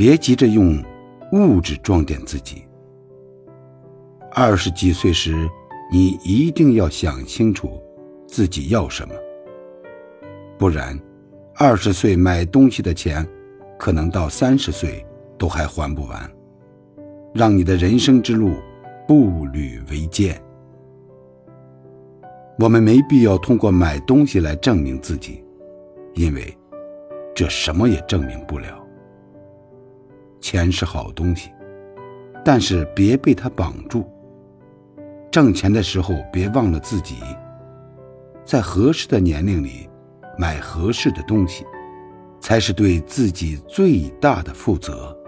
别急着用物质装点自己。20几岁时，你一定要想清楚自己要什么，不然20岁买东西的钱，可能到30岁都还还不完，让你的人生之路步履维艰。我们没必要通过买东西来证明自己，因为这什么也证明不了。钱是好东西，但是别被它绑住。挣钱的时候别忘了自己，在合适的年龄里买合适的东西，才是对自己最大的负责。